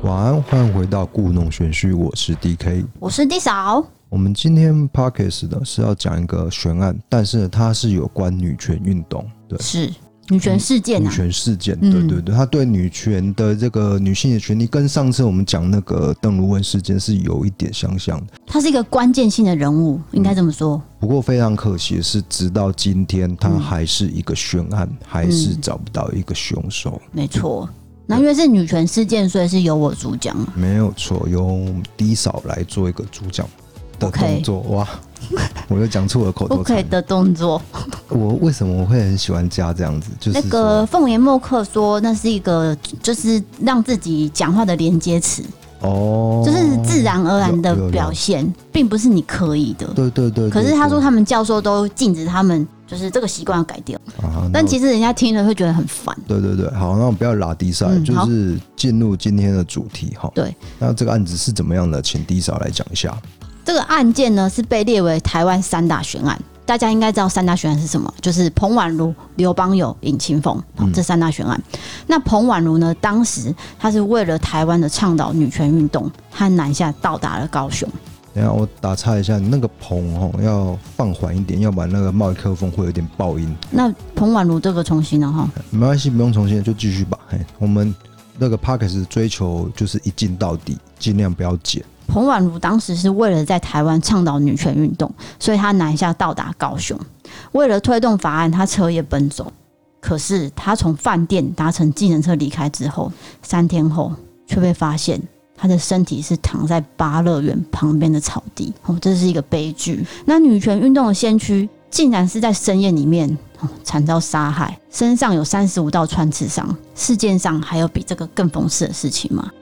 晚安，欢迎回到故弄玄虚，我是 DK， 我是 D 嫂。 我们今天 Podcast 呢是要讲一个悬案，但是它是有关女权运动，对， 是女权事件啊， 女权事件，对对对，它对女权的这个女性的权利，跟上次我们讲那个邓如雯事件是有一点相像的。 他是一个关键性的人物，应该这么说。 不过非常可惜的是，直到今天，它还是一个悬案，还是找不到一个凶手。 没错。那因为是女权事件，所以是由我主讲嘛。 没有错，由 D 嫂来做一个主讲的动作。哇，我又讲出了口头禅。 OK 的动作。 我为什么我会很喜欢加这样子？就是那个凤言墨客说，那是一个就是让自己讲话的连接词。哦，就是自然而然的表现，并不是你刻意的。 对对 对。 可是他说他们教授都禁止他们，就是这个习惯要改掉。但其实人家听了会觉得很烦。对对对，好，那我们不要拉低赛，就是进入今天的主题哈。 对， 那这个案子是怎么样的？请 D 嫂来讲一下。 这个案件呢是被列为台湾3大悬案。大家应该知道3大悬案是什么，就是彭婉如、刘邦友、尹清凤，这3大悬案。那彭婉如呢，当时他是为了台湾的倡导女权运动，他南下到达了高雄。 等一下我打岔一下，你那个彭要放缓一点，要不然那个麦克风会有点爆音。 那彭婉如这个重新了哈， 没关系，不用重新，就继续吧。我们那个 Podcast 追求就是一镜到底，尽量不要剪。 彭婉如当时是为了在台湾倡导女权运动，所以他南下到达高雄。为了推动法案，他彻夜奔走。可是他从饭店搭乘计程车离开之后，3天后却被发现他的身体是躺在芭乐园旁边的草地。这是一个悲剧。那女权运动的先驱竟然是在深夜里面惨遭杀害，身上有35道穿刺伤。世界上还有比这个更讽刺的事情吗？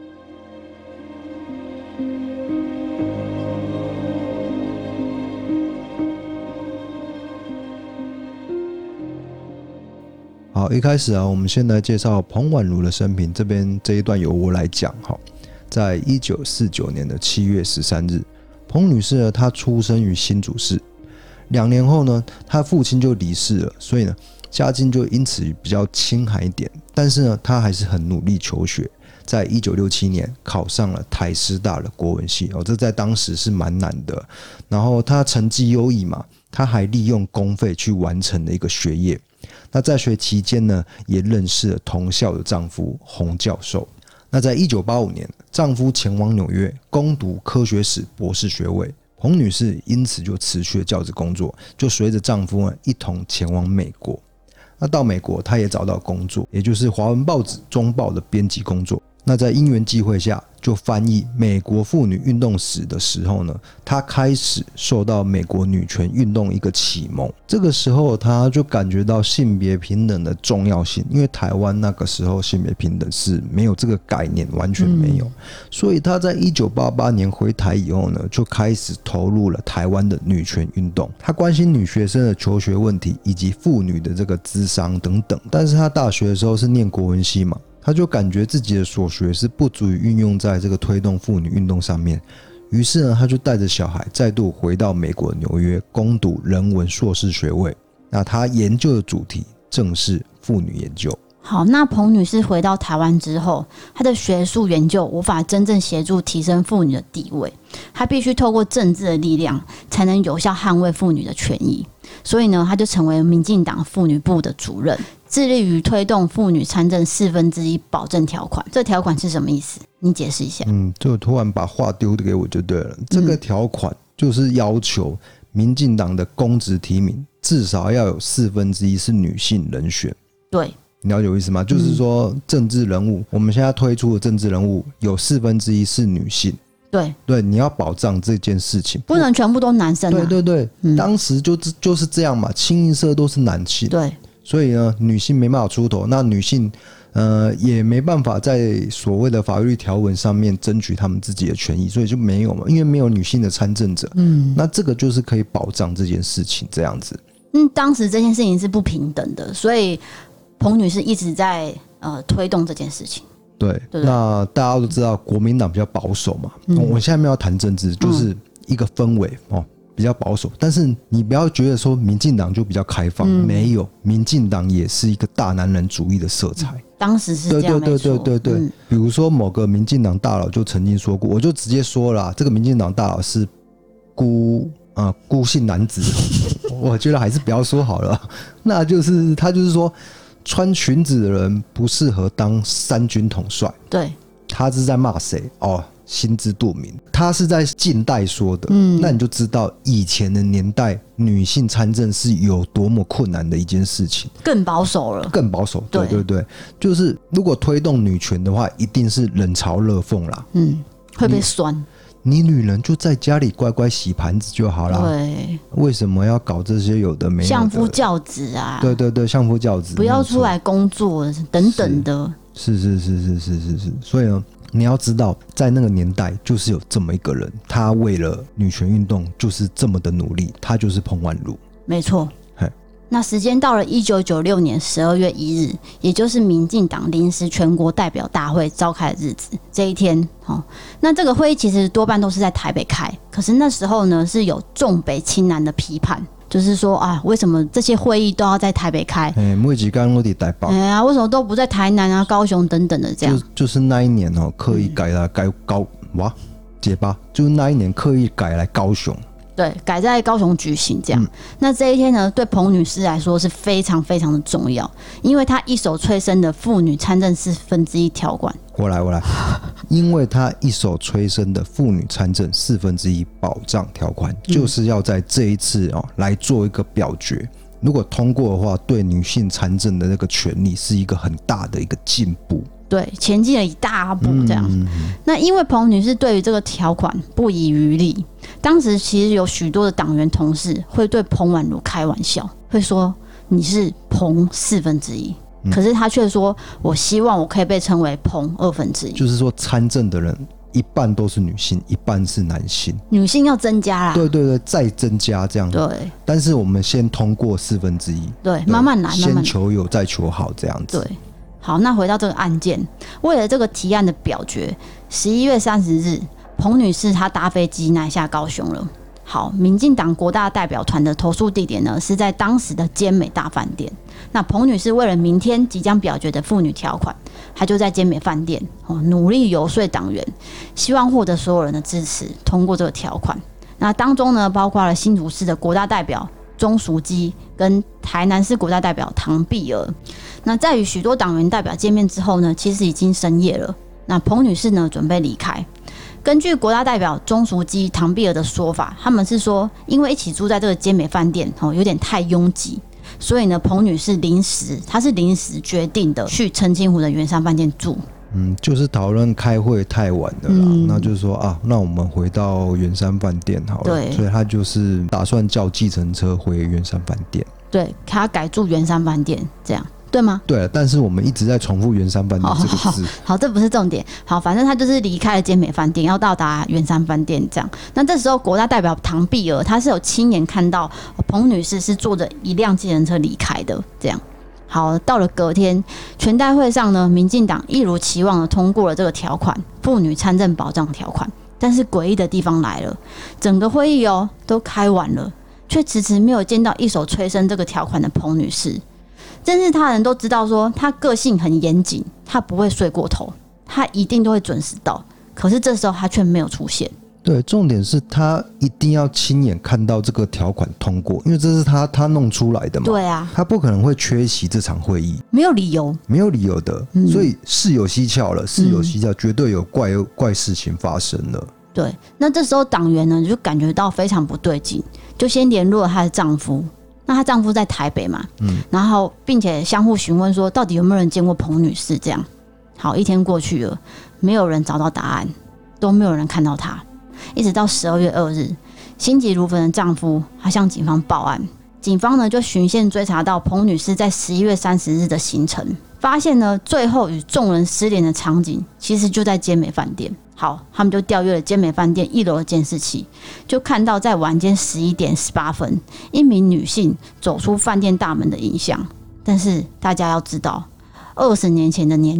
好，一开始我们先来介绍彭婉如的生平。这一段由我来讲。在1949年的7月13日，彭女士呢，她出生于新竹市。2年后呢，她父亲就离世了，所以呢，家境就因此比较清寒一点。但是呢，她还是很努力求学。在1967年考上了台师大的国文系，这在当时是蛮难的。然后她成绩优异嘛，她还利用公费去完成了一个学业。那在学期间呢，也认识了同校的丈夫洪教授。那在1985年，丈夫前往纽约攻读科学史博士学位，洪女士因此就辞去了教职工作，就随着丈夫呢一同前往美国。那到美国，她也找到工作，也就是华文报纸《中报》的编辑工作。那在因缘际会下，就翻译美国妇女运动史的时候呢，她开始受到美国女权运动一个启蒙。这个时候她就感觉到性别平等的重要性，因为台湾那个时候性别平等是没有这个概念，完全没有。所以她在1988年回台以后呢，就开始投入了台湾的女权运动。她关心女学生的求学问题，以及妇女的这个咨商等等。但是她大学的时候是念国文系嘛，他就感觉自己的所学是不足以运用在这个推动妇女运动上面，于是呢，他就带着小孩再度回到美国纽约攻读人文硕士学位。那他研究的主题正是妇女研究。 好，那彭女士回到台湾之后，她的学术研究无法真正协助提升妇女的地位，她必须透过政治的力量才能有效捍卫妇女的权益。所以呢，她就成为民进党妇女部的主任，致力于推动妇女参政1/4保证条款。这条款是什么意思？你解释一下。 就突然把话丢给我就对了。这个条款就是要求民进党的公职提名至少要有1/4是女性人选。 对。 你了解我意思吗？就是说政治人物，我们现在推出的政治人物有1/4是女性。对，你要保障这件事情， 不能全部都男生。 对，当时就是这样嘛，清一色都是男性。 对， 所以呢，女性没办法出头，那女性也没办法在所谓的法律条文上面争取他们自己的权益，所以就没有嘛，因为没有女性的参政者。那这个就是可以保障这件事情这样子。 当时这件事情是不平等的，所以彭女士一直在推动这件事情。 对，那大家都知道国民党比较保守嘛。我现在没有谈政治，就是一个氛围比较保守，但是你不要觉得说民进党就比较开放，没有，民进党也是一个大男人主义的色彩。 当时是这样， 对，比如说某个民进党大佬就曾经说过，我就直接说了，这个民进党大佬是孤性男子，我觉得还是不要说好了。那就是他就是说，穿裙子的人不适合当三军统帅。 对， 他是在骂谁？哦，心知肚明。他是在近代说的，那你就知道以前的年代女性参政是有多么困难的一件事情， 更保守了， 更保守。对，就是如果推动女权的话，一定是冷嘲热讽啦， 会被酸。 你女人就在家里乖乖洗盘子就好啦， 对， 为什么要搞这些有的没有的相夫教子啊？ 对，相夫教子， 不要出来工作等等的。 是，所以呢，你要知道，在那个年代，就是有这么一个人，他为了女权运动就是这么的努力，他就是彭婉如。 没错。那时间到了1996年12月1日，也就是民进党临时全国代表大会召开的日子。这一天，那这个会议其实多半都是在台北开，可是那时候呢是有重北轻南的批判，就是说啊，为什么这些会议都要在台北开？ 每几天都在台北。 为什么都不在台南啊、高雄等等的这样？ 就是那一年刻意改高结巴，就是那一年刻意改来高雄。 对，改在高雄举行这样。那这一天呢，对彭女士来说是非常非常的重要，因为她一手催生的妇女参政1/4条款。 我来，因为她一手催生的妇女参政1/4保障条款，就是要在这一次来做一个表决。如果通过的话，对女性参政的那个权利是一个很大的一个进步。 对，前进了一大步这样。那因为彭女士对于这个条款不遗余力，当时其实有许多的党员同事会对彭婉如开玩笑，会说你是彭1/4，可是他却说我希望我可以被称为彭1/2，就是说参政的人一半都是女性，一半是男性， 女性要增加啦。 对，再增加这样。 对， 但是我们先通过1/4， 对，慢慢来， 先求有再求好这样子。 对。好，那回到这个案件，为了这个提案的表决，11月30日，彭女士她搭飞机南下高雄了。好，民进党国大代表团的投诉地点呢是在当时的坚美大饭店。那彭女士为了明天即将表决的妇女条款，她就在坚美饭店努力游说党员，希望获得所有人的支持，通过这个条款。那当中呢，包括了新竹市的国大代表钟淑基跟台南市国大代表唐碧娥。那在与许多党员代表见面之后呢，其实已经深夜了。那彭女士呢准备离开。根据国大代表钟淑基、唐碧娥的说法，他们是说，因为一起住在这个坚美饭店有点太拥挤，所以呢，彭女士临时决定的去澄清湖的圆山饭店住。 就是讨论开会太晚了啦，那就是说啊，那我们回到圆山饭店好了。对，所以他就是打算叫计程车回圆山饭店。 对，他改住圆山饭店，这样对吗？ 对，但是我们一直在重复圆山饭店这个字。 好，这不是重点。好，反正他就是离开了坚美饭店，要到达圆山饭店这样。那这时候国大代表唐碧娥，他是有亲眼看到彭女士是坐着一辆计程车离开的，这样。好，到了隔天全代会上呢，民进党一如期望的通过了这个条款，妇女参政保障条款。但是诡异的地方来了，整个会议都开完了，却迟迟没有见到一手催生这个条款的彭女士。认识他人都知道说，她个性很严谨，她不会睡过头，她一定都会准时到。可是这时候她却没有出现。 对，重点是他一定要亲眼看到这个条款通过，因为这是他弄出来的嘛。 对啊， 他不可能会缺席这场会议， 没有理由的。所以事有蹊跷了，绝对有怪事情发生了。 对，那这时候党员呢就感觉到非常不对劲，就先联络了她的丈夫。那她丈夫在台北嘛，然后并且相互询问说，到底有没有人见过彭女士？这样，好，一天过去了，没有人找到答案，都没有人看到她。一直到12月2日，心急如焚的丈夫他向警方报案，警方呢就循线追查到彭女士在11月30日的行程，发现呢最后与众人失联的场景其实就在坚美饭店。好，他们就调阅了坚美饭店1楼的监视器，就看到在晚间11点18分，一名女性走出饭店大门的影像。但是大家要知道，20年前的年代，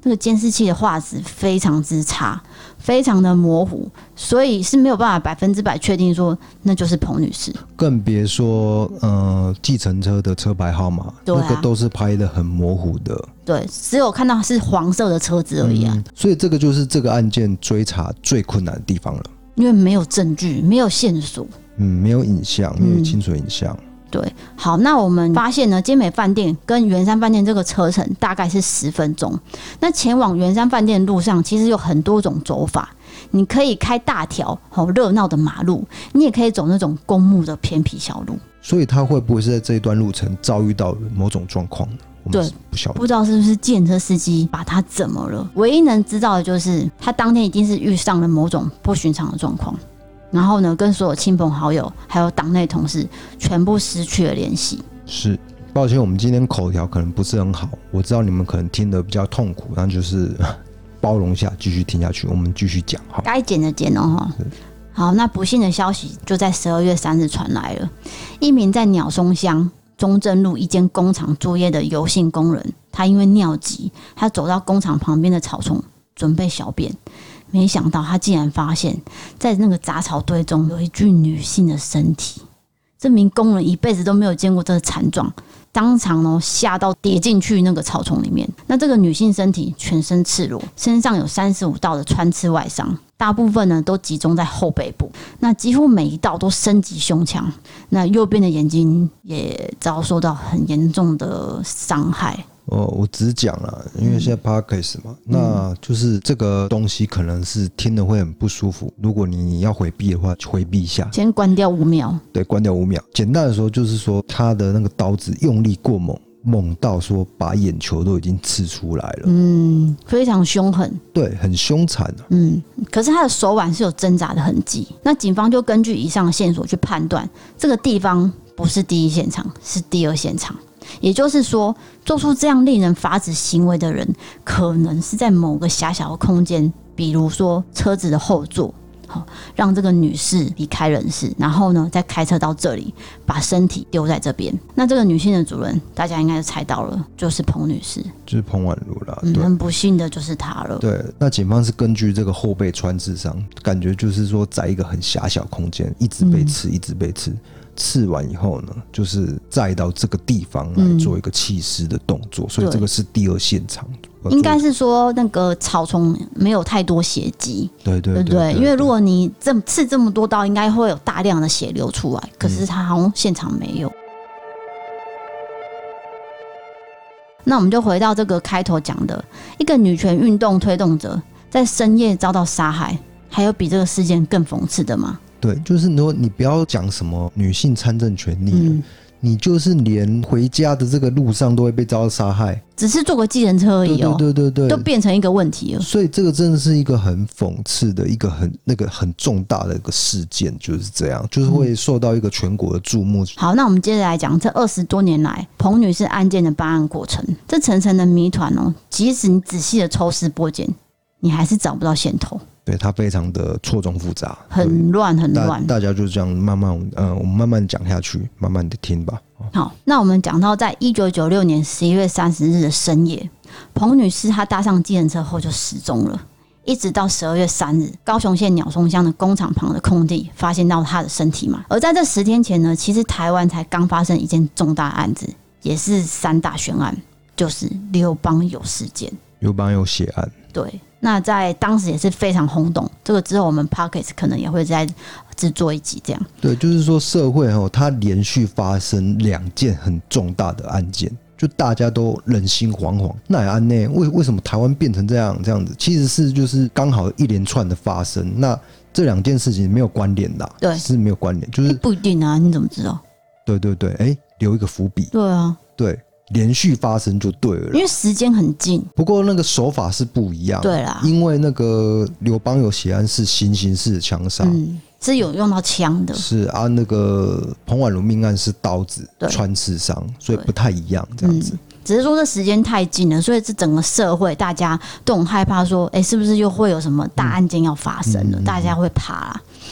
这个监视器的画质非常之差，非常的模糊，所以是没有办法100%确定说那就是彭女士。 更别说计程车的车牌号码， 对啊， 那个都是拍的很模糊的。 对，只有看到是黄色的车子而已啊。 所以这个就是这个案件追查最困难的地方了， 因为没有证据，没有线索。 没有影像，没有清楚影像。 对，好，那我们发现呢，尖美饭店跟圆山饭店这个车程大概是10分钟。那前往圆山饭店的路上，其实有很多种走法，你可以开大条好热闹的马路，你也可以走那种公墓的偏僻小路。 所以他会不会是在这一段路程遭遇到某种状况呢？我们不晓得， 不知道是不是计程车司机把他怎么了。唯一能知道的就是他当天一定是遇上了某种不寻常的状况。然后呢，跟所有亲朋好友还有党内同事全部失去了联系。 是，抱歉，我们今天口条可能不是很好，我知道你们可能听得比较痛苦，那就是包容一下，继续听下去，我们继续讲。好， 该剪的剪哦。好，那不幸的消息就在12月3日传来了，一名在鸟松乡中正路一间工厂作业的油性工人，他因为尿急，他走到工厂旁边的草丛准备小便。没想到他竟然发现在那个杂草堆中有一具女性的身体，这名工人一辈子都没有见过这个惨状，当场吓到跌进去那个草丛里面。那这个女性身体全身赤裸，身上有35道的穿刺外伤，大部分呢都集中在后背部，那几乎每一道都深及胸腔，那右边的眼睛也遭受到很严重的伤害。 我只讲了，因为现在 podcast 嘛，那就是这个东西可能是听了会很不舒服。如果你要回避的话，回避一下， 先关掉5秒。 对，关掉5秒。简单的说，就是说他的那个刀子用力过猛，猛到说把眼球都已经刺出来了。 非常凶狠， 对，很凶残啊。 可是他的手腕是有挣扎的痕迹。那警方就根据以上的线索去判断，这个地方不是第一现场，是第二现场。也就是说，做出这样令人发指行为的人，可能是在某个狭小的空间，比如说车子的后座，让这个女士离开人世，然后呢，再开车到这里，把身体丢在这边。那这个女性的主人，大家应该就猜到了，就是彭女士， 就是彭婉如啦。 很不幸的就是她了。 对，那警方是根据这个后背穿刺伤，感觉就是说，在一个很狭小空间，一直被刺，一直被刺。刺完以后呢，就是再到这个地方来做一个弃尸的动作，所以这个是第二现场。 应该是说那个草丛没有太多血迹，对不对？因为如果你刺这么多刀，应该会有大量的血流出来，可是他好像现场没有。那我们就回到这个开头讲的，一个女权运动推动者在深夜遭到杀害，还有比这个事件更讽刺的吗？对， 就是说你不要讲什么女性参政权利了，你就是连回家的这个路上都会被遭到杀害， 只是坐个计程车而已哦，对，都变成一个问题了。 所以这个真的是一个很讽刺的一个很重大的一个事件，就是这样，就是会受到一个全国的注目。 好，那我们接着来讲这20多年来彭女士案件的办案过程，这层层的谜团哦，即使你仔细的抽丝剥茧，你还是找不到线头。 对，它非常的错综复杂， 很乱很乱。 大家就这样慢慢，我们慢慢讲下去，慢慢的听吧。 好，那我们讲到在1996年11月30日的深夜，彭女士她搭上计程车后就失踪了，一直到12月3日，高雄县鸟松乡的工厂旁的空地发现到她的身体嘛。而在这10天前呢，其实台湾才刚发生一件重大案子，也是3大悬案，就是刘邦友事件。 刘邦友血案。对。 那在当时也是非常轰动，这个之后我们 Podcast 可能也会再制作一集这样。 对，就是说社会它连续发生2件很重大的案件，就大家都人心惶惶。那也安内为什么台湾变成这样子？其实是就是刚好一连串的发生，那这2件事情没有关联的，对，是没有关联，就是不一定啊，你怎么知道？ 对，留一个伏笔。 对啊， 对。连续发生就对了， 因为时间很近。 不过那个手法是不一样， 对啦， 因为那个刘邦友血案是行刑式的枪杀， 是有用到枪的， 是啊，那个彭婉如命案是刀子穿刺伤，所以不太一样这样子。 只是说这时间太近了，所以这整个社会大家都很害怕说，是不是又会有什么大案件要发生了？大家会怕啦。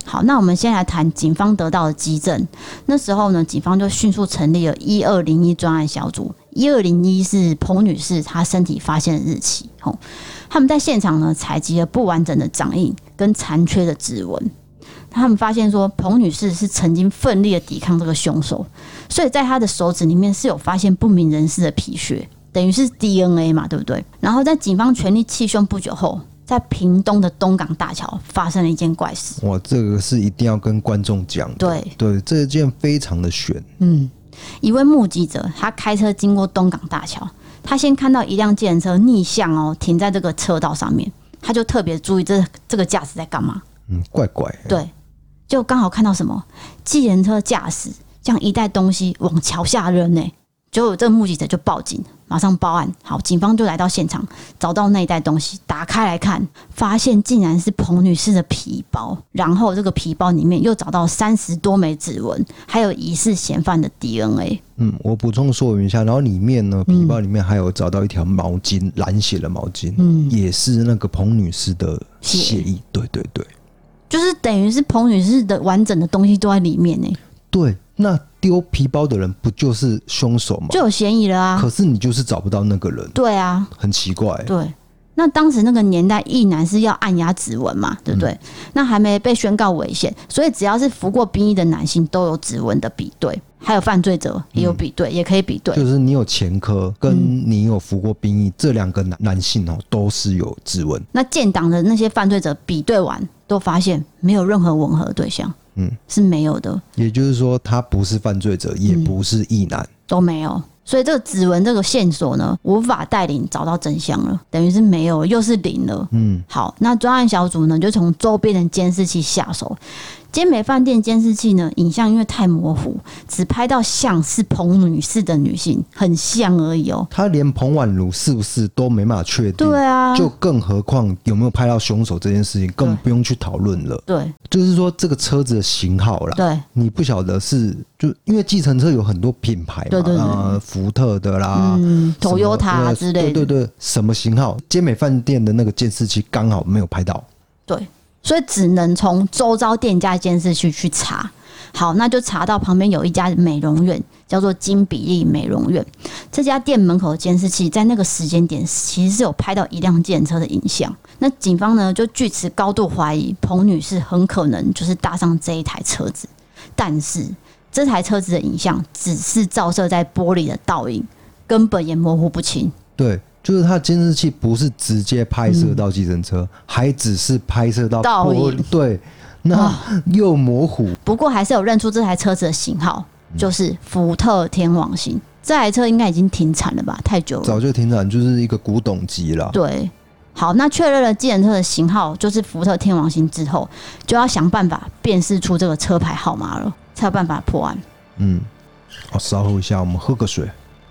好，那我们先来谈警方得到的基证。那时候呢，警方就迅速成立了1201专案小组。1201是彭女士她身体发现的日期。他们在现场呢采集了不完整的掌印跟残缺的指纹。他们发现说，彭女士是曾经奋力的抵抗这个凶手，所以在她的手指里面是有发现不明人士的皮屑，等于是 DNA 嘛，对不对？然后在警方全力缉凶不久后，在屏东的东港大桥发生了一件怪事。 哇，这个是一定要跟观众讲的。 对对，这件非常的悬。 一位目击者他开车经过东港大桥，他先看到一辆计程车逆向停在这个车道上面，他就特别注意这个驾驶在干嘛。 怪怪。 对，就刚好看到什么计程车驾驶将一袋东西往桥下扔呢。结果这个目击者就报警，马上报案。好，警方就来到现场，找到那一袋东西，打开来看，发现竟然是彭女士的皮包。然后这个皮包里面又找到30多枚指纹，还有疑似嫌犯的 DNA。 我补充说明一下，然后里面呢，皮包里面还有找到一条毛巾，蓝血的毛巾，也是那个彭女士的血液。对对对， 就是等于是彭女士的完整的东西都在里面呢。 对，那丢皮包的人不就是凶手吗？ 就有嫌疑了啊。 可是你就是找不到那个人。 对啊， 很奇怪。 对，那当时那个年代，役男是要按压指纹嘛，对不对？那还没被宣告违宪，所以只要是服过兵役的男性都有指纹的比对，还有犯罪者也有比对，也可以比对。 就是你有前科跟你有服过兵役，这两个男性都是有指纹。 那建党的那些犯罪者比对完，都发现没有任何吻合对象。是没有的。 也就是说，他不是犯罪者，也不是役男， 都没有。所以这个指纹这个线索呢，无法带领找到真相了，等于是没有了，又是零了。好，那专案小组呢，就从周边的监视器下手。坚美饭店监视器呢，影像因为太模糊，只拍到像是彭女士的女性，很像而已哦。 他连彭婉如是不是都没办法确定， 对啊， 就更何况有没有拍到凶手这件事情，更不用去讨论了。 对， 就是说这个车子的型号啦， 对， 你不晓得是就因为计程车有很多品牌嘛， 对对对， 福特的啦 ，Toyota 之类的， 对对对，什么型号？坚美饭店的那个监视器刚好没有拍到， 对。所以只能从周遭店家监视器去查。好，那就查到旁边有一家美容院，叫做金比利美容院。这家店门口的监视器在那个时间点其实是有拍到一辆计程车的影像。那警方呢就据此高度怀疑彭女士很可能就是搭上这一台车子，但是这台车子的影像只是照射在玻璃的倒影，根本也模糊不清。 对。就是它监视器不是直接拍摄到计程车，还只是拍摄到玻璃，对，那又模糊。 不过还是有认出这台车子的型号，就是福特天王星。这台车应该已经停产了吧？太久了， 早就停产，就是一个古董机了。 对，好，那确认了计程车的型号就是福特天王星之后，就要想办法辨识出这个车牌号码了，才有办法破案。 稍后一下，我们喝个水。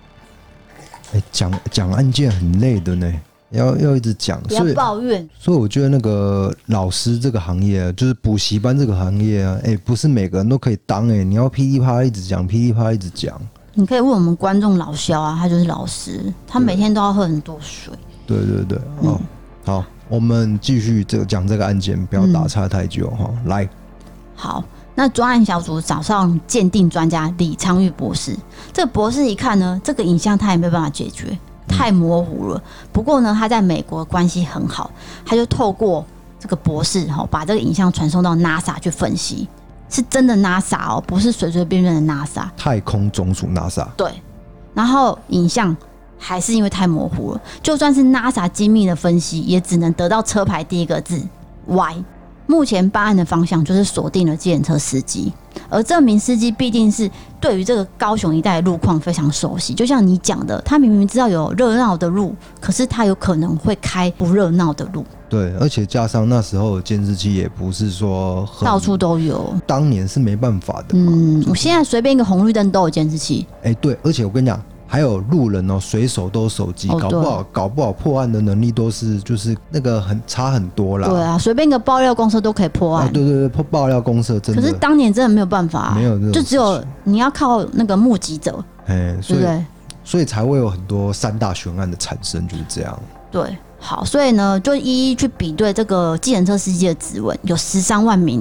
讲案件很累的呢，要一直讲， 不要抱怨。 所以我觉得那个老师这个行业，就是补习班这个行业啊，不是每个人都可以当你要噼里啪啦一直讲，噼里啪啦一直讲。 你可以问我们观众老肖啊，他就是老师，他每天都要喝很多水。 对对对，好，我们继续讲这个案件，不要打岔太久哈。来， 好。那专案小组找上鉴定专家李昌钰博士，这个博士一看呢，这个影像他也没有办法解决，太模糊了。不过呢，他在美国关系很好，他就透过这个博士把这个影像传送到 NASA 去分析，是真的 NASA 哦，不是随随便便的 NASA， 太空总署 NASA。 对，然后影像还是因为太模糊了，就算是 NASA 精密的分析，也只能得到车牌第一个字 Y。目前办案的方向就是锁定了计程车司机，而这名司机必定是对于这个高雄一带的路况非常熟悉。就像你讲的，他明明知道有热闹的路，可是他有可能会开不热闹的路。 对，而且加上那时候的监视器也不是说到处都有， 当年是没办法的嘛。 我现在随便一个红绿灯都有监视器。 对，而且我跟你讲。还有路人随手都有手机，搞不好破案的能力都是就是那个差很多啦。对啊，随便一个爆料公社都可以破案。 对对对，爆料公社真的。 可是当年真的没有办法， 没有这种， 就只有你要靠那个目击者，对不对？ 所以才会有很多3大悬案的产生，就是这样。 对，好，所以呢，就一一去比对这个计程车司机的指纹，有13万名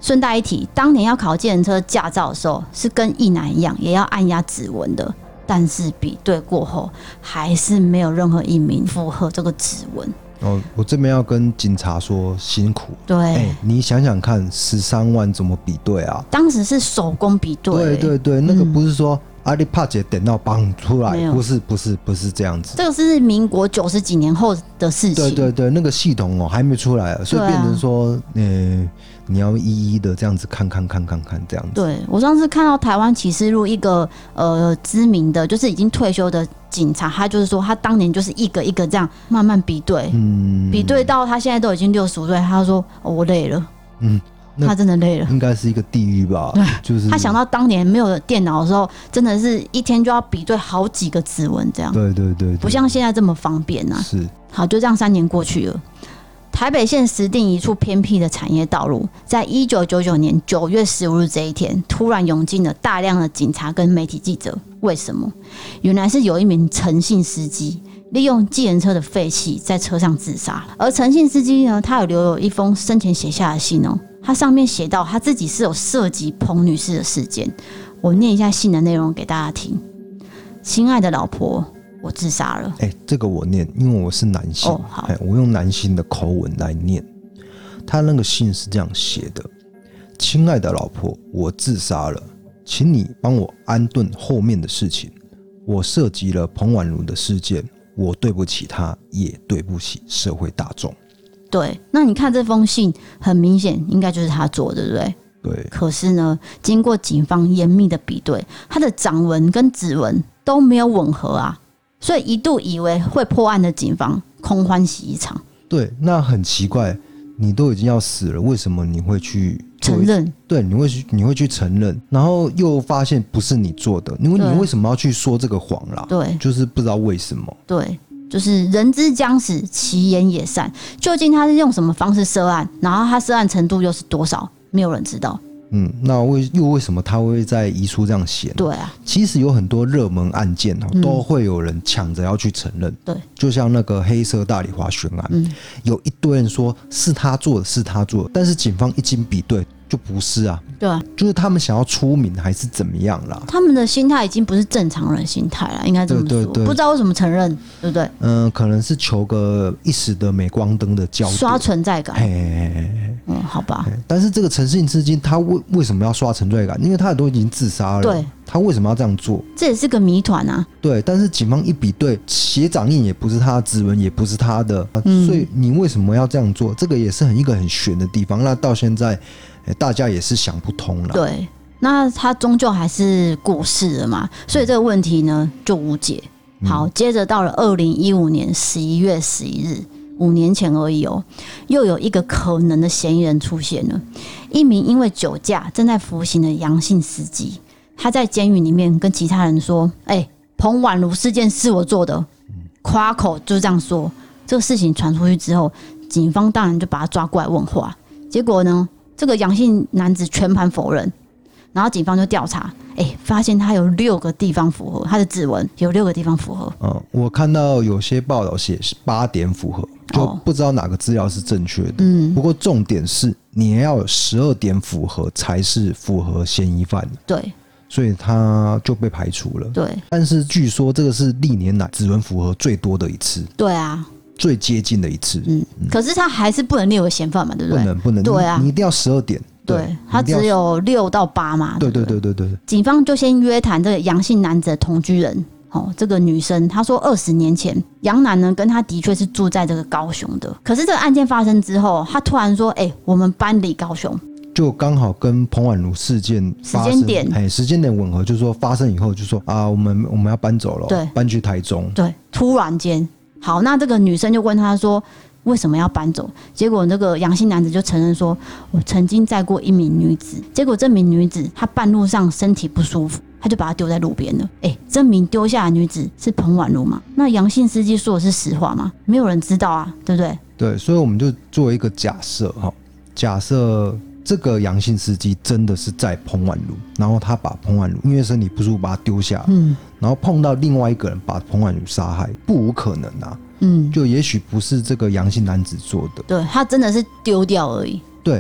顺带一提，当年要考计程车驾照的时候，是跟一男一样，也要按压指纹的。但是比对过后，还是没有任何一名符合这个指纹。 我这边要跟警察说辛苦。 对， 你想想看，13万怎么比对啊？ 当时是手工比对。 对，那个不是说阿里帕姐点到绑出来，不是这样子。 这个是民国90几年后的事情。 对，那个系统还没出来，所以变成说，你要一一的这样子看这样子。 对，我上次看到台湾启示录一个知名的，就是已经退休的警察，他就是说他当年就是一个一个这样慢慢比对，比对到他现在都已经65岁，他说、我累了，他真的累了， 应该是一个地狱吧？对，就是他想到当年没有电脑的时候，真的是一天就要比对好几个指纹这样。 对， 不像现在这么方便啊。 是， 好，就这样3年过去了。台北县石碇一处偏僻的产业道路，在1999年9月15日这一天，突然涌进了大量的警察跟媒体记者。为什么？原来是有一名陈姓司机利用计程车的废气在车上自杀。而陈姓司机呢，他有留有一封生前写下的信哦，他上面写到他自己是有涉及彭女士的事件。我念一下信的内容给大家听：亲爱的老婆，我自杀了。 这个我念，因为我是男性。 好， 我用男性的口吻来念。他那个信是这样写的：亲爱的老婆，我自杀了，请你帮我安顿后面的事情。我涉及了彭婉如的事件，我对不起她，也对不起社会大众。 对，那你看这封信，很明显应该就是他做的，对不对？ 对。 可是呢，经过警方严密的比对，他的掌纹跟指纹都没有吻合啊。所以一度以为会破案的警方空欢喜一场。 对，那很奇怪，你都已经要死了，为什么你会去承认？ 对，你会去承认，然后又发现不是你做的，你为什么要去说这个谎啦？ 对， 就是不知道为什么。 对，就是人之将死，其言也善。究竟他是用什么方式涉案，然后他涉案程度又是多少，没有人知道。 那为什么他会在遗书这样写呢？ 对啊， 其实有很多热门案件都会有人抢着要去承认。 对， 就像那个黑色大理花悬案，有一堆人说是他做的，但是警方一经比对就不是啊。 对啊， 就是他们想要出名还是怎么样啦？ 他们的心态已经不是正常人心态了，应该这么说。对，不知道为什么承认，对不对？ 可能是求个一时的镁光灯的焦点， 刷存在感。好吧。 但是这个陈姓司机他为什么要刷存在感？因为他都已经自杀了， 对， 他为什么要这样做？ 这也是个谜团啊。 对，但是警方一比对，血掌印也不是他的，指纹也不是他的，所以你为什么要这样做？这个也是一个很悬的地方。那到现在，大家也是想不通了。 对，那他终究还是过世了嘛，所以这个问题呢就无解。好，接着到了2015年11月11日。5年前而已哦，又有一个可能的嫌疑人出现了。一名因为酒驾正在服刑的杨姓司机，他在监狱里面跟其他人说：“彭婉如事件是我做的。”夸口就这样说。这个事情传出去之后，警方当然就把他抓过来问话。结果呢，这个杨姓男子全盘否认。然后警方就调查，发现他有6个地方符合，他的指纹有6个地方符合。 我看到有些报道写是8点符合，就不知道哪个资料是正确的。不过重点是你也要有12点符合才是符合嫌疑犯。 对， 所以他就被排除了。 对， 但是据说这个是历年来指纹符合最多的一次。 对啊。 最接近的一次。 可是他还是不能列为嫌犯嘛，对不对？ 不能。 对啊， 你一定要12点。 对，他只有6到8嘛。 对。 警方就先约谈这个杨姓男子的同居人。这个女生她说20年前杨男呢跟她的确是住在这个高雄的，可是这个案件发生之后，他突然说：“我们搬离高雄。” 就刚好跟彭婉如事件时间点吻合，就是说发生以后就说啊，我们要搬走了， 对， 搬去台中。 对，突然间，好，那这个女生就问他说：“为什么要搬走？”结果那个杨姓男子就承认说：“我曾经载过一名女子，结果这名女子她半路上身体不舒服，他就把她丢在路边了。”这名丢下的女子是彭婉如吗？那杨姓司机说的是实话吗？没有人知道啊，对不对？ 对，所以我们就做一个假设，假设这个杨姓司机真的是载彭婉如，然后他把彭婉如因为身体不舒服把他丢下，然后碰到另外一个人把彭婉如杀害，不无可能啊。就也许不是这个杨姓男子做的， 对，他真的是丢掉而已。 对，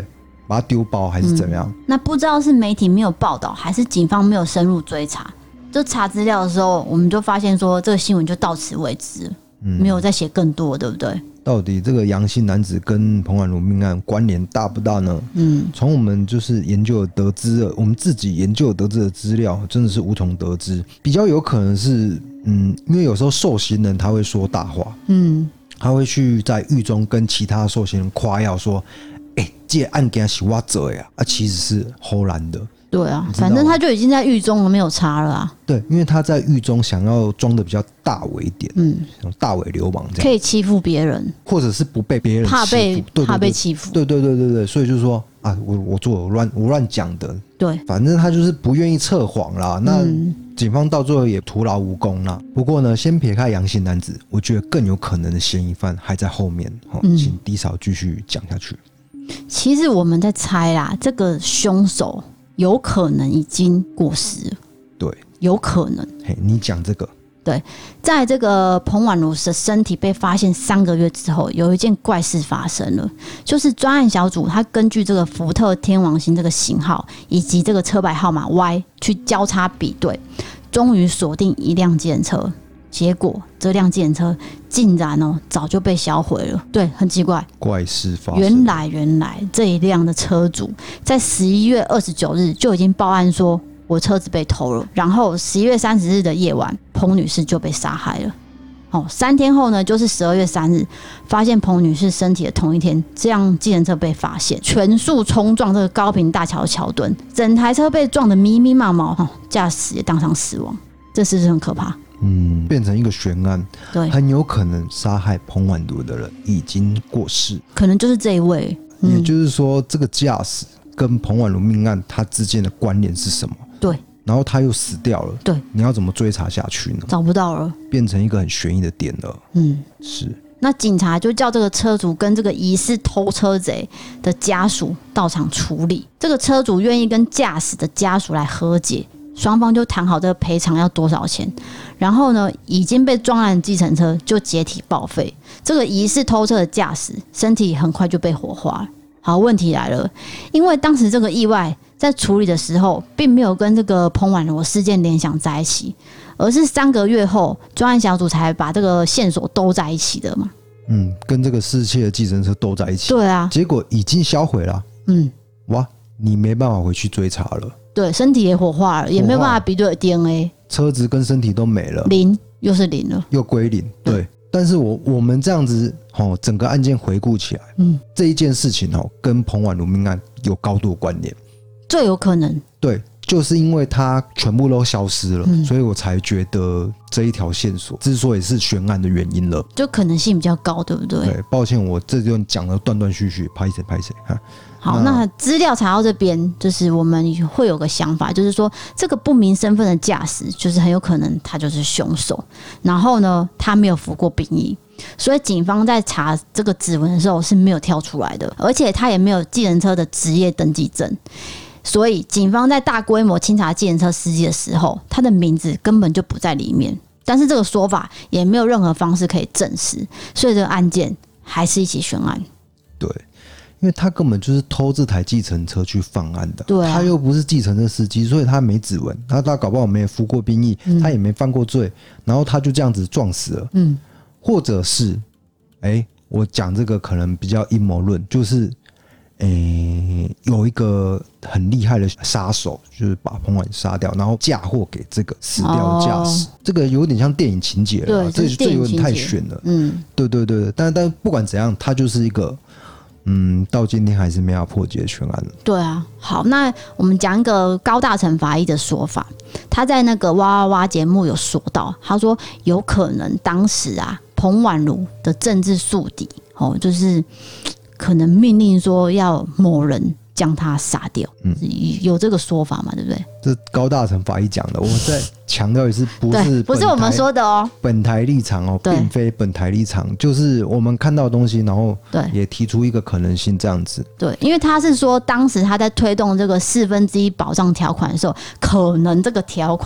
把它丢包还是怎么样？ 那不知道是媒体没有报道，还是警方没有深入追查。就查资料的时候，我们就发现说这个新闻就到此为止了，没有再写更多，对不对？ 到底这个杨姓男子跟彭婉如命案关联大不大呢？从我们就是研究得知的，我们自己研究得知的资料，真的是无从得知。比较有可能是，因为有时候受刑人他会说大话，他会去在狱中跟其他受刑人夸耀说，这个案件是我做的啊，其实是后然的。 对啊，反正他就已经在狱中了，没有差了啊。 对，因为他在狱中想要装的比较大尾一点，大尾流氓这样， 可以欺负别人， 或者是不被别人欺负， 怕被欺负。 对，所以就是说啊，我乱讲的， 对， 反正他就是不愿意测谎啦。那警方到最后也徒劳无功啦。不过呢，先撇开杨姓男子，我觉得更有可能的嫌疑犯还在后面。请D嫂继续讲下去。 其实我们在猜啦，这个凶手有可能已经过世了。 对， 有可能。 你讲这个。 对，在这个彭婉如的身体被发现3个月之后，有一件怪事发生了，就是专案小组他根据这个福特天王星这个型号以及这个车牌号码 Y 去交叉比对，终于锁定一辆计程车。结果这辆计程车竟然早就被销毁了。对，很奇怪， 怪事发生。 原来这一辆的车主在11月29日就已经报案说我车子被偷了，然后11月30日的夜晚，彭女士就被杀害了。3天后呢，就是12月3日，发现彭女士身体的同一天，这辆计程车被发现全速冲撞这个高屏大桥的桥墩，整台车被撞得密密麻麻，驾驶也当场死亡。这是不是很可怕？ 变成一个悬案， 对， 很有可能杀害彭婉如的人已经过世， 可能就是这一位。 也就是说，这个驾驶跟彭婉如命案它之间的关联是什么？ 对， 然后他又死掉了， 对， 你要怎么追查下去呢？ 找不到了， 变成一个很悬疑的点了。是。 那警察就叫这个车主跟这个疑似偷车贼的家属到场处理。这个车主愿意跟驾驶的家属来和解，双方就谈好这个赔偿要多少钱。然后呢，已经被撞烂的计程车就解体报废。这个疑似偷车的驾驶身体很快就被火化了。好，问题来了，因为当时这个意外在处理的时候，并没有跟这个彭婉如事件联想在一起，而是3个月后，专案小组才把这个线索都在一起的嘛。 跟这个失窃的计程车都在一起。 对啊， 结果已经销毁了。哇，你没办法回去追查了。 对，身体也火化了，也没有办法比对 DNA， 车子跟身体都没了， 零又是零了， 又归零。对，但是我们这样子整个案件回顾起来，这一件事情跟彭婉如命案有高度关联， 最有可能。 对，就是因为它全部都消失了，所以我才觉得这一条线索之所以是悬案的原因了， 就可能性比较高，对不对？ 对，抱歉，我这就讲的断断续续，拍谁哈。 好，那资料查到这边，就是我们会有个想法，就是说这个不明身份的驾驶，就是很有可能他就是凶手。然后呢，他没有服过兵役，所以警方在查这个指纹的时候是没有挑出来的，而且他也没有计程车的职业登记证。所以警方在大规模清查计程车司机的时候，他的名字根本就不在里面。但是这个说法也没有任何方式可以证实，所以这个案件还是一起悬案。 对。因为他根本就是偷这台计程车去犯案的， 对啊， 他又不是计程车司机，所以他没指纹，他搞不好没服过兵役，他也没犯过罪，然后他就这样子撞死了。或者是，我讲这个可能比较阴谋论，就是有一个很厉害的杀手，就是把彭婉杀掉，然后嫁祸给这个死掉的驾驶，这个有点像电影情节了，这有点太悬了。对，但不管怎样，他就是一个。到今天还是没有破解全案。 对啊，好，那我们讲一个高大成法医的说法，他在那个哇哇哇节目有说到，他说有可能当时彭婉如的政治宿敌就是可能命令说要某人将他杀掉，有这个说法嘛？对不对？ 这高大成法医讲的，我再强调一次，不是我们说的哦， 本台立场并非本台立场，就是我们看到的东西，然后也提出一个可能性这样子。 对，因为他是说，当时他在推动这个1/4保障条款的时候，可能这个条款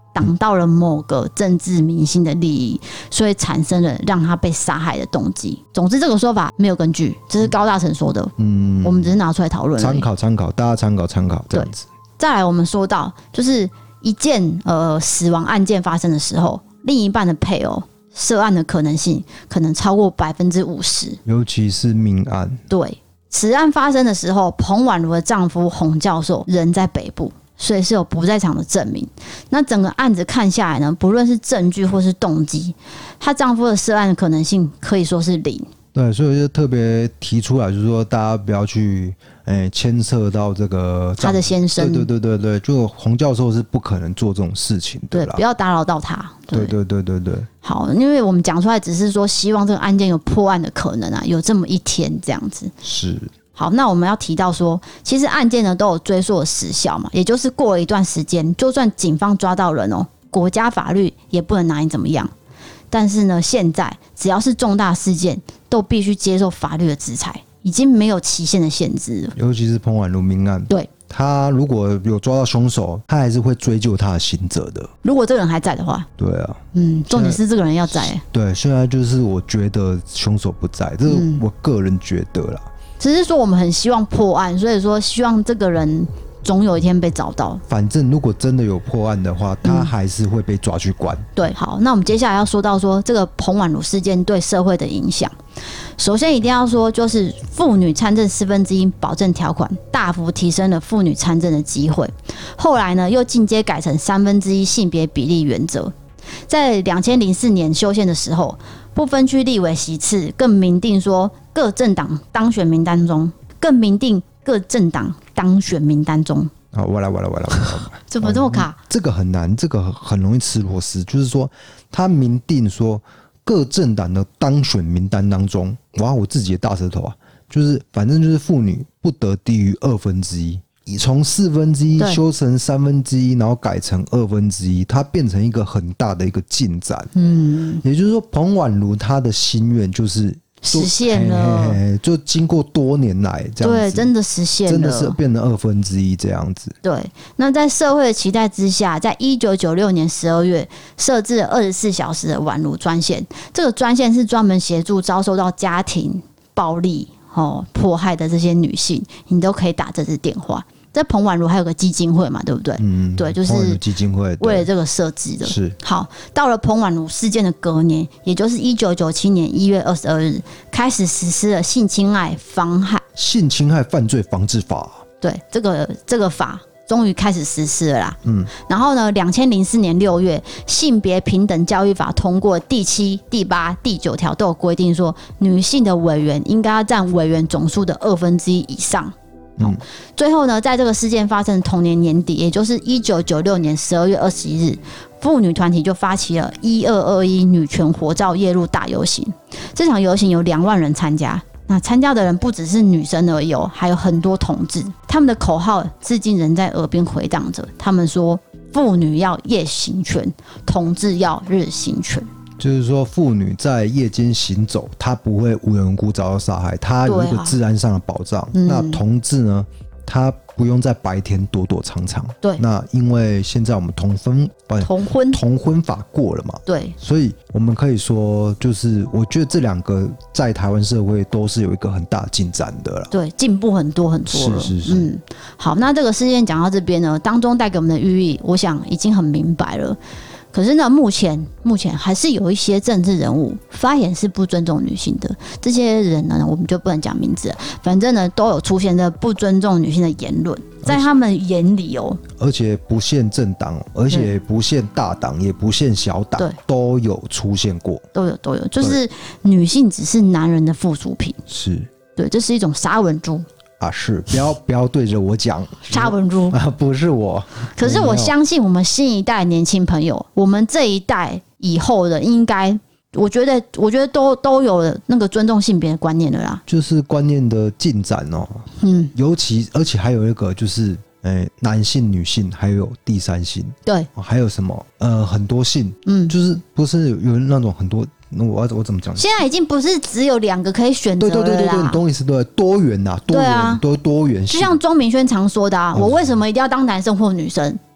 挡到了某个政治明星的利益，所以产生了让他被杀害的动机。总之这个说法没有根据，这是高大成说的，我们只是拿出来讨论而已， 参考，大家参考这样子。 再来我们说到就是一件死亡案件发生的时候，另一半的配偶涉案的可能性可能超过50%， 尤其是命案。 对，此案发生的时候，彭婉如的丈夫洪教授人在北部，所以是有不在场的证明。那整个案子看下来呢，不论是证据或是动机，她丈夫的涉案的可能性可以说是零。 对，所以我就特别提出来，就是说大家不要去牵涉到这个他的先生。 对，就洪教授是不可能做这种事情的啦。 对，不要打扰到他。 对。 好，因为我们讲出来只是说希望这个案件有破案的可能啊，有这么一天这样子。 是。 好，那我们要提到说，其实案件呢都有追溯的时效嘛，也就是过了一段时间，就算警方抓到人国家法律也不能拿你怎么样。但是呢，现在只要是重大事件，都必须接受法律的制裁，已经没有期限的限制了。 尤其是彭婉如命案， 对， 他如果有抓到凶手，他还是会追究他的刑责的。 如果这个人还在的话， 对啊， 重点是这个人要在。 对，现在就是我觉得凶手不在，这是我个人觉得啦。 只是说我们很希望破案，所以说希望这个人总有一天被找到。 反正如果真的有破案的话，他还是会被抓去关。 对，好，那我们接下来要说到说这个彭婉如事件对社会的影响。首先一定要说，就是妇女参政1/4保证条款大幅提升了妇女参政的机会。后来呢，又进阶改成1/3性别比例原则。在2004年修宪的时候，不分区立委席次更明定说各政党当选名单中， 好，我来， 怎么这么卡？ 这个很难，这个很容易吃螺丝。就是说，他明定说各政党的当选名单当中，哇，我自己的大舌头啊，就是反正就是妇女不得低于1/2，从1/4修成1/3，然后改成1/2，它变成一个很大的一个进展。也就是说，彭婉如她的心愿就是实现了， 就经过多年来这样子， 对，真的实现了， 真的是变成1/2这样子。 对，那在社会的期待之下，在1996年12月设置了24小时的婉如专线，这个专线是专门协助遭受到家庭暴力迫害的这些女性，你都可以打这支电话。在彭婉如还有个基金会嘛，对不对？对，就是基金会为了这个设置的。 是。 好，到了彭婉如事件的隔年，也就是1997年1月22日，开始实施了性侵害犯罪防治法。对，这个法终于开始实施了啦。然后呢，2004年6月，性别平等教育法通过第7、第8、第9条都有规定说，女性的委员应该要占委员总数的1/2以上。最后呢，在这个事件发生的同年年底，也就是1996年12月21日，妇女团体就发起了1221女权活照夜路大游行。这场游行有2万人参加，那参加的人不只是女生而已还有很多同志。他们的口号至今仍在耳边回荡着，他们说妇女要夜行权，同志要日行权。 就是说，妇女在夜间行走，她不会无缘无故遭到杀害，她有一个治安上的保障。那同志呢，他不用在白天躲躲藏藏。 对。 那因为现在我们同婚法过了嘛， 对， 所以我们可以说，就是我觉得这2个在台湾社会都是有一个很大进展的了。 对，进步很多了。 是。 好，那这个事件讲到这边呢，当中带给我们的寓意，我想已经很明白了。可是呢，目前还是有一些政治人物发言是不尊重女性的，这些人呢，我们就不能讲名字了，反正呢，都有出现的不尊重女性的言论，在他们眼里而且不限政党，而且不限大党，也不限小党，都有出现过， 都有，就是女性只是男人的附属品， 是， 对，这是一种沙文猪。 是，不要对着我讲沙文猪不是我。 可是我相信我们新一代年轻朋友，我们这一代以后的，应该我觉得都有那个尊重性别的观念了啦， 就是观念的进展而且还有一个就是男性、女性，还有第三性， 对， 还有什么很多性，就是不是有那种很多。那我怎么讲？ 现在已经不是只有2个可以选择了啦。 对，你懂意思，对，多元呐，多元，就像钟明轩常说的我为什么一定要当男生或女生？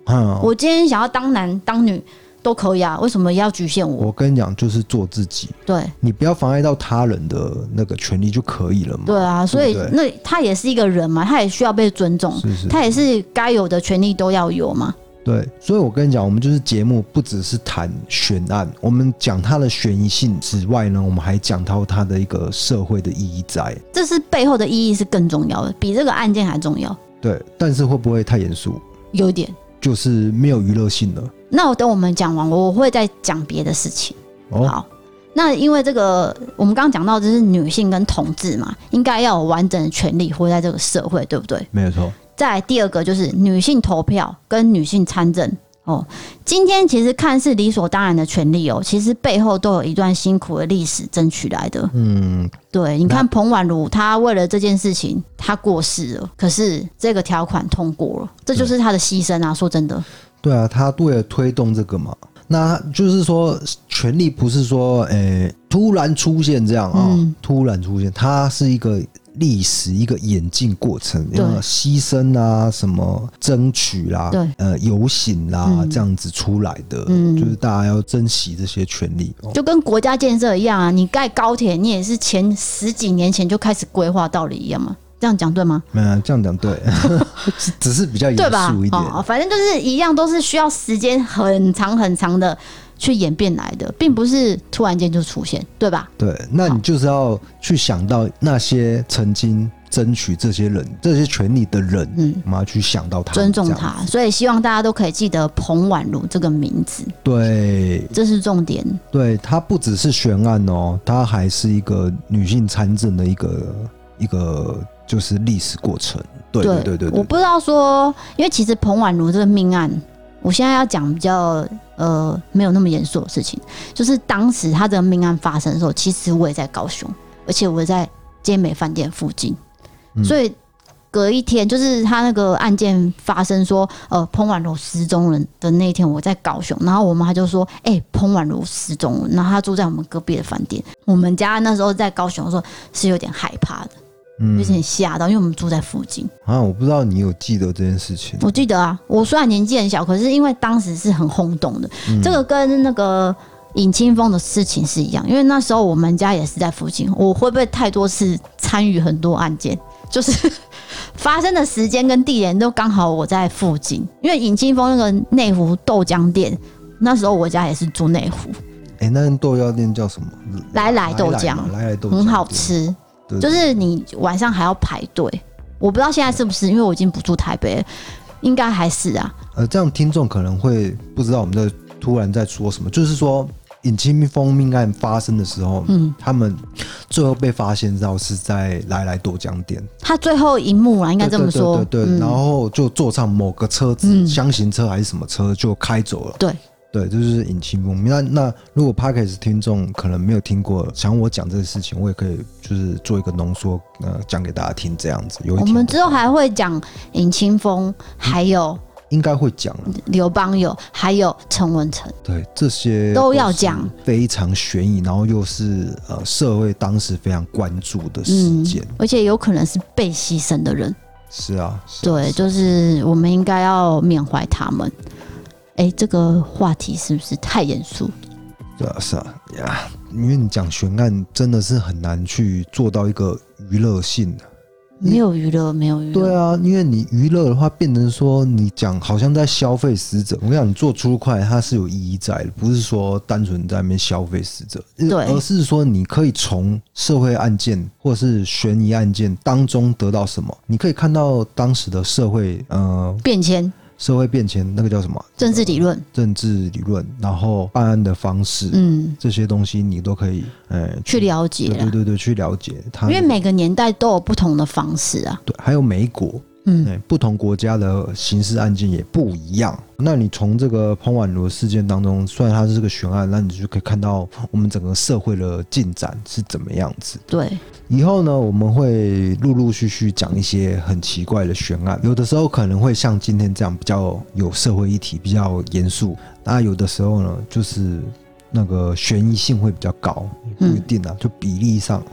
我今天想要当男当女都可以啊，为什么要局限我？ 我跟你讲，就是做自己， 对， 你不要妨碍到他人的那个权利就可以了嘛。 对啊，所以对不对那他也是一个人嘛，他也需要被尊重， 是他也是该有的权利都要有嘛。 对，所以我跟你讲，我们就是节目不只是谈悬案，我们讲它的悬疑性之外呢，我们还讲到它的一个社会的意义在。 这是背后的意义是更重要的，比这个案件还重要。 对，但是会不会太严肃？ 有一点， 就是没有娱乐性了。 那我等我们讲完，我会再讲别的事情。好，那因为这个我们刚刚讲到，就是女性跟同志嘛，应该要有完整的权利活在这个社会，对不对？ 没有错。 再来第二个就是女性投票跟女性参政哦。今天其实看似理所当然的权利哦，其实背后都有一段辛苦的历史争取来的。对，你看彭婉如，她为了这件事情，她过世了，可是这个条款通过了，这就是她的牺牲啊！说真的， 对啊，她为了推动这个嘛，那就是说，权力不是说，突然出现这样啊，突然出现，它是一个历史一个演进过程，牺牲啊，什么争取啦，游行啦，这样子出来的，就是大家要珍惜这些权利， 就跟国家建设一样啊，你盖高铁，你也是前10几年前就开始规划道理一样嘛。这样讲对吗？ 没有，这样讲对，只是比较严肃一点。 反正就是一样，都是需要时间很长很长的去演变来的，并不是突然间就出现，对吧？ 对，那你就是要去想到那些曾经争取这些人、这些权利的人，我们要去想到他， 尊重他。所以希望大家都可以记得彭婉如这个名字， 对， 这是重点。对， 它不只是悬案哦，它还是一个女性参政的一个就是历史过程。对，我不知道说，因为其实彭婉如这个命案，我现在要讲比较没有那么严肃的事情，就是当时他这个命案发生的时候，其实我也在高雄，而且我在街美饭店附近，所以隔一天就是他那个案件发生说彭婉如失踪人的那一天，我在高雄，然后我妈就说彭婉如失踪了，然后她住在我们隔壁的饭店，我们家那时候在高雄的时候是有点害怕的。有点吓到，因为我们住在附近啊。我不知道你有记得这件事情。 我记得啊，我虽然年纪很小，可是因为当时是很轰动的。这个跟那个尹清风的事情是一样，因为那时候我们家也是在附近。我会不会太多次参与很多案件，就是发生的时间跟地点都刚好我在附近。因为尹清风那个内湖豆浆店，那时候我家也是住内湖。 那豆浆店叫什么？ 来来豆浆， 来豆浆很好吃。就是你晚上还要排队，我不知道现在是不是，因为我已经不住台北了，应该还是啊。 这样听众可能会不知道我们突然在说什么，就是说尹清风命案发生的时候，他们最后被发现到是在来来豆浆店， 他最后一幕啊，应该这么说。 对，然后就坐上某个车子，箱型车还是什么车就开走了。对，这就是尹清风。那如果 Podcast 听众可能没有听过，想我讲这个事情，我也可以就是做一个浓缩，讲给大家听，这样子。我们之后还会讲尹清风，还有应该会讲刘邦友，还有陈文成， 对，这些都要讲， 非常悬疑，然后又是社会当时非常关注的事件， 而且有可能是被牺牲的人。 是啊， 对，就是我们应该要缅怀他们。这个话题是不是太严肃？ 是啊呀，因为你讲悬案真的是很难去做到一个娱乐性的， 没有娱乐。 对啊，因为你娱乐的话，变成说你讲好像在消费死者。我跟你讲，你做出快，它是有意义在的，不是说单纯在那边消费死者，而是说你可以从社会案件或者是悬疑案件当中得到什么？你可以看到当时的社会变迁。 社会变迁，那个叫什么？ 政治理论， 然后办案的方式，这些东西你都可以去了解。 对，去了解它。 因为每个年代都有不同的方式啊。 对，还有美国，不同国家的刑事案件也不一样。那你从这个彭婉如事件当中，虽然它是个悬案，那你就可以看到我们整个社会的进展是怎么样子。 对， 以后呢，我们会陆陆续续讲一些很奇怪的悬案，有的时候可能会像今天这样比较有社会议题，比较严肃。那有的时候呢，就是那个悬疑性会比较高，不一定啊，就比例上。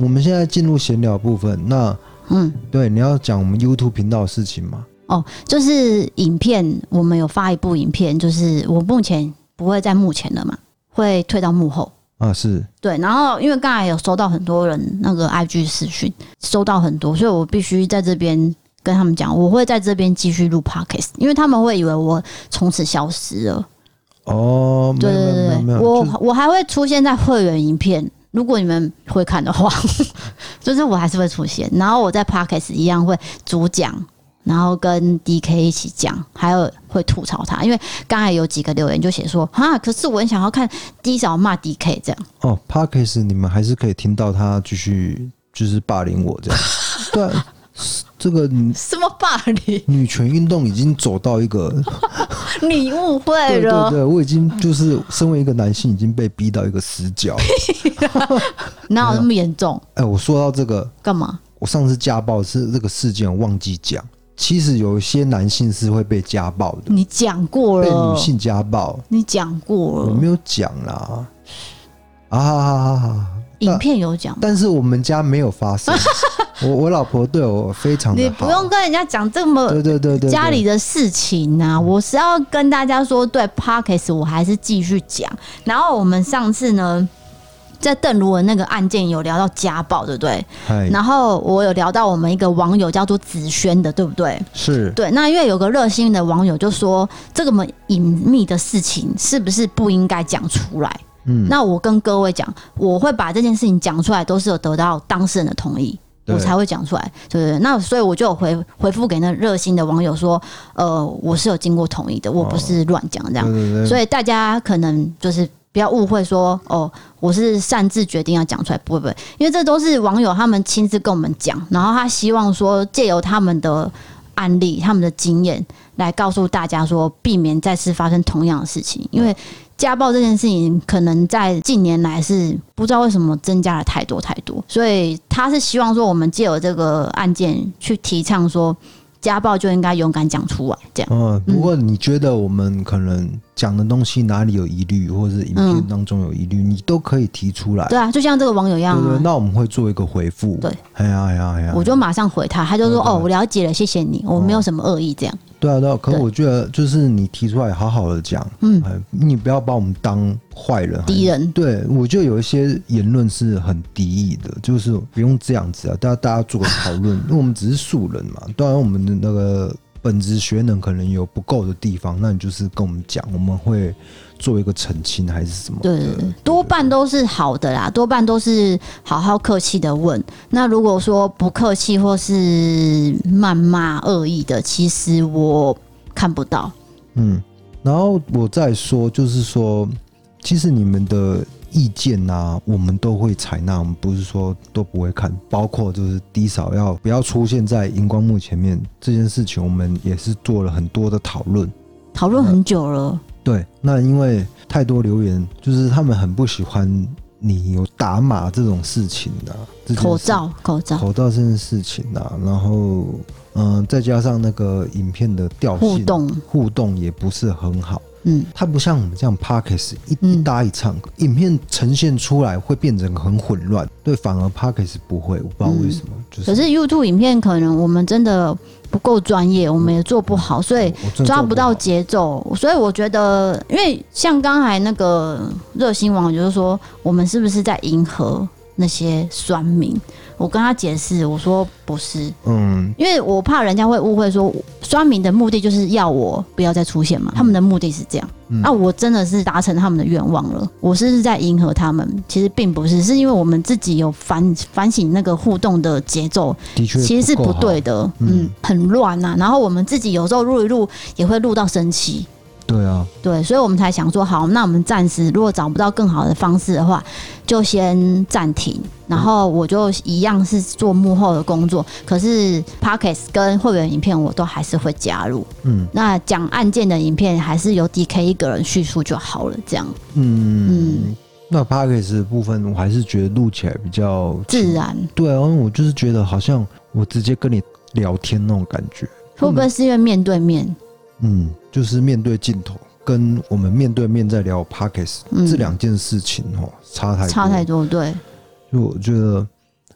我们现在进入闲聊部分，那对，你要讲我们 YouTube 频道的事情吗？ 哦，就是影片，我们有发一部影片，就是我目前不会在幕前了嘛，会退到幕后。 是对，然后因为刚才有收到很多人那个 IG 私讯，收到很多，所以我必须在这边跟他们讲，我会在这边继续录 Podcast， 因为他们会以为我从此消失了。 哦， 对对对，我还会出现在会员影片，如果你们会看的话，就是我还是会出现，然后我在 Podcast 一样会主讲。然后跟 DK 一起讲，还有会吐槽他，因为刚才有几个留言就写说，可是我很想要看 D 嫂骂 DK 这样。 Podcast 你们还是可以听到他继续就是霸凌我这样。对啊，这个什么霸凌？ 女权运动已经走到一个你误会了。 对，我已经就是身为一个男性，已经被逼到一个死角了。 哪有那么严重？ 我说到这个干嘛？ 我上次家暴是这个事件，我忘记讲。其实有一些男性是会被家暴的， 你讲过了。 被女性家暴， 你讲过了， 我没有讲啦。 影片有讲， 但是我们家没有发生。我老婆对我非常的好， 你不用跟人家讲这么对家里的事情啊。我是要跟大家说，对 Podcast 我还是继续讲。然后我们上次呢，在邓如文那个案件有聊到家暴，对不对？然后我有聊到我们一个网友叫做子轩的，对不对？ 是对。那因为有个热心的网友就说，这个么隐秘的事情是不是不应该讲出来？那我跟各位讲，我会把这件事情讲出来，都是有得到当事人的同意，我才会讲出来，对不对？那所以我就有回复给那热心的网友说，我是有经过同意的，我不是乱讲这样。对，所以大家可能就是不要误会说，我是擅自决定要讲出来，不会，因为这都是网友他们亲自跟我们讲，然后他希望说借由他们的案例、他们的经验来告诉大家说，避免再次发生同样的事情，因为家暴这件事情可能在近年来是不知道为什么增加了太多，所以他是希望说我们借由这个案件去提倡说，家暴就应该勇敢讲出来，这样。 如果你觉得我们可能讲的东西哪里有疑虑，或者是影片当中有疑虑，你都可以提出来。 对啊，就像这个网友一样对，那我们会做一个回复。对， 我就马上回他，他就说我了解了，谢谢你，我没有什么恶意这样。 对啊，可我觉得就是你提出来好好的讲，你不要把我们当坏人、 敌人。 对，我觉得有一些言论是很敌意的，就是不用这样子啊，大家做个讨论，因为我们只是素人嘛，当然我们的那个本质学能可能有不够的地方，那你就是跟我们讲，我们会做一个澄清还是什么的。 对，多半都是好的啦，多半都是好好客气的问。那如果说不客气或是谩骂恶意的，其实我看不到。 然后我再说，就是说，其实你们的意见啊，我们都会采纳，我们不是说都不会看，包括就是 D 嫂不要出现在荧光幕前面这件事情，我们也是做了很多的讨论很久了。对，那因为太多留言，就是他们很不喜欢你有打码这种事情的， 口罩这件事情然后再加上那个影片的调性互动也不是很好。它不像我们这样 Podcast 一搭一唱，影片呈现出来会变成很混乱。对，反而 Podcast 不会，我不知道为什么。 可是 YouTube 影片可能我们真的不够专业，我们也做不好，所以抓不到节奏。所以我觉得，因为像刚才那个热心网友就是说，我们是不是在迎合那些酸民？我跟他解释，我说不是，因为我怕人家会误会说酸民的目的就是要我不要再出现嘛，他们的目的是这样。我真的是达成他们的愿望了，我是在迎合他们，其实并不是，是因为我们自己有反省那个互动的节奏，的确其实是不对的，很乱啊。然后我们自己有时候录一录也会录到生气。 对啊， 对，所以我们才想说，好，那我们暂时如果找不到更好的方式的话，就先暂停。然后我就一样是做幕后的工作，可是 Podcast 跟会员影片我都还是会加入。那讲案件的影片还是由 DK 一个人叙述就好了，这样。 那 Podcast 的部分，我还是觉得录起来比较自然。对啊，我就是觉得好像我直接跟你聊天那种感觉。 会不会是因为面对面？ 就是面对镜头，跟我们面对面在聊 Podcast 这两件事情差太多。 对。 就我觉得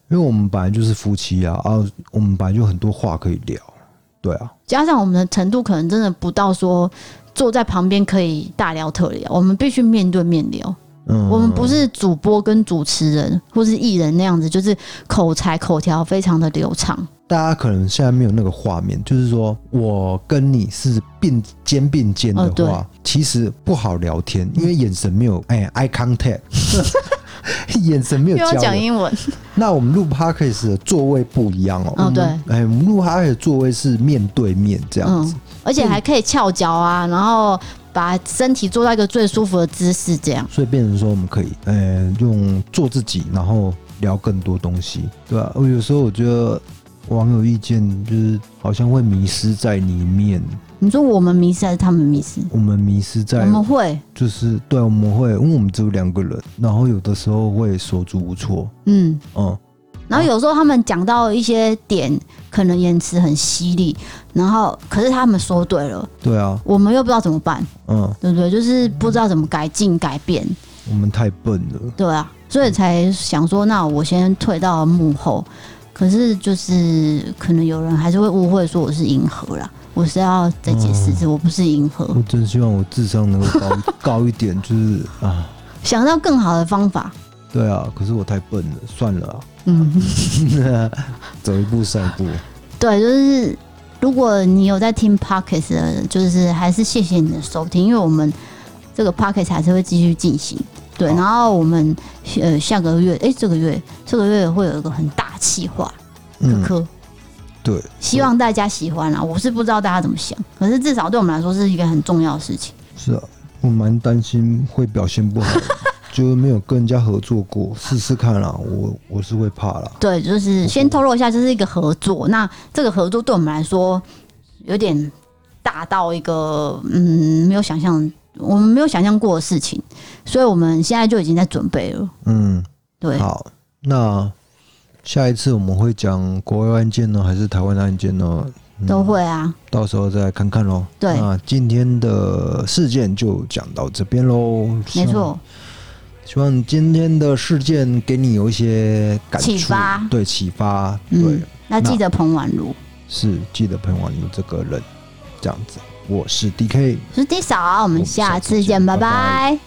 因为我们本来就是夫妻啊，我们本来就很多话可以聊，对啊， 加上我们的程度可能真的不到说坐在旁边可以大聊特聊，我们必须面对面聊。我们不是主播跟主持人或是艺人那样子，就是口条非常的流畅。 大家可能现在没有那个画面，就是说我跟你是肩并肩的话，其实不好聊天，因为眼神没有eye contact， 眼神没有交流。又要讲英文。 那我们录 podcast 的座位不一样哦。 对， 我们录 podcast 的座位是面对面这样子， 而且还可以翘脚啊，然后把身体做到一个最舒服的姿势，这样。 所以变成说我们可以用做自己，然后聊更多东西，对吧？有时候我觉得网友意见就是好像会迷失在里面。 你说我们迷失还是他们迷失？ 我们迷失在， 我们会就是对，我们会，因为我们只有2个人，然后有的时候会手足无措。 然后有时候他们讲到一些点，可能言辞很犀利，然后可是他们说对了， 对啊， 我们又不知道怎么办，对不对？就是不知道怎么改进改变， 我们太笨了， 对啊，所以才想说，那我先退到幕后。可是就是可能有人还是会误会说我是银河啦，我是要再解释一次，我不是银河。 我真希望我智商能够高一点，就是想到更好的方法。 对啊，可是我太笨了，算了啊。走一步算一步。 对，就是如果你有在听 Podcast 的，就是还是谢谢你的收听，因为我们这个 Podcast 还是会继续进行。对，然后我们下个月，这个月会有一个很大的企划， 对， 希望大家喜欢啦。我是不知道大家怎么想，可是至少对我们来说是一个很重要的事情。 是啊，我蛮担心会表现不好。就没有跟人家合作过，试试看啦。我是会怕啦。对， 就是先透露一下，这是一个合作。那这个合作对我们来说有点大到一个没有想象，我们没有想象过的事情，所以我们现在就已经在准备了。对。好， 那下一次我们会讲国外案件呢，还是台湾案件呢？ 都会啊， 到时候再看看咯。 对， 那今天的事件就讲到这边咯。 没错。 希望今天的事件给你有一些感触，启发，对。 那记得彭婉如， 是记得彭婉如这个人，这样子。我是 DK， 我是 D 嫂，我们下次见，拜拜。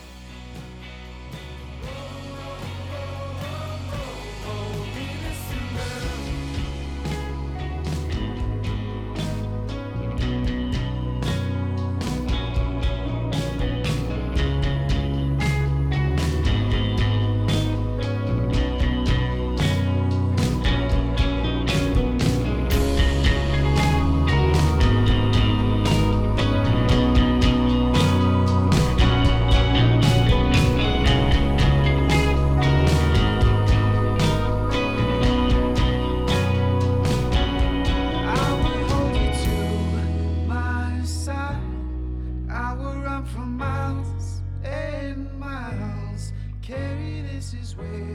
Carry this is where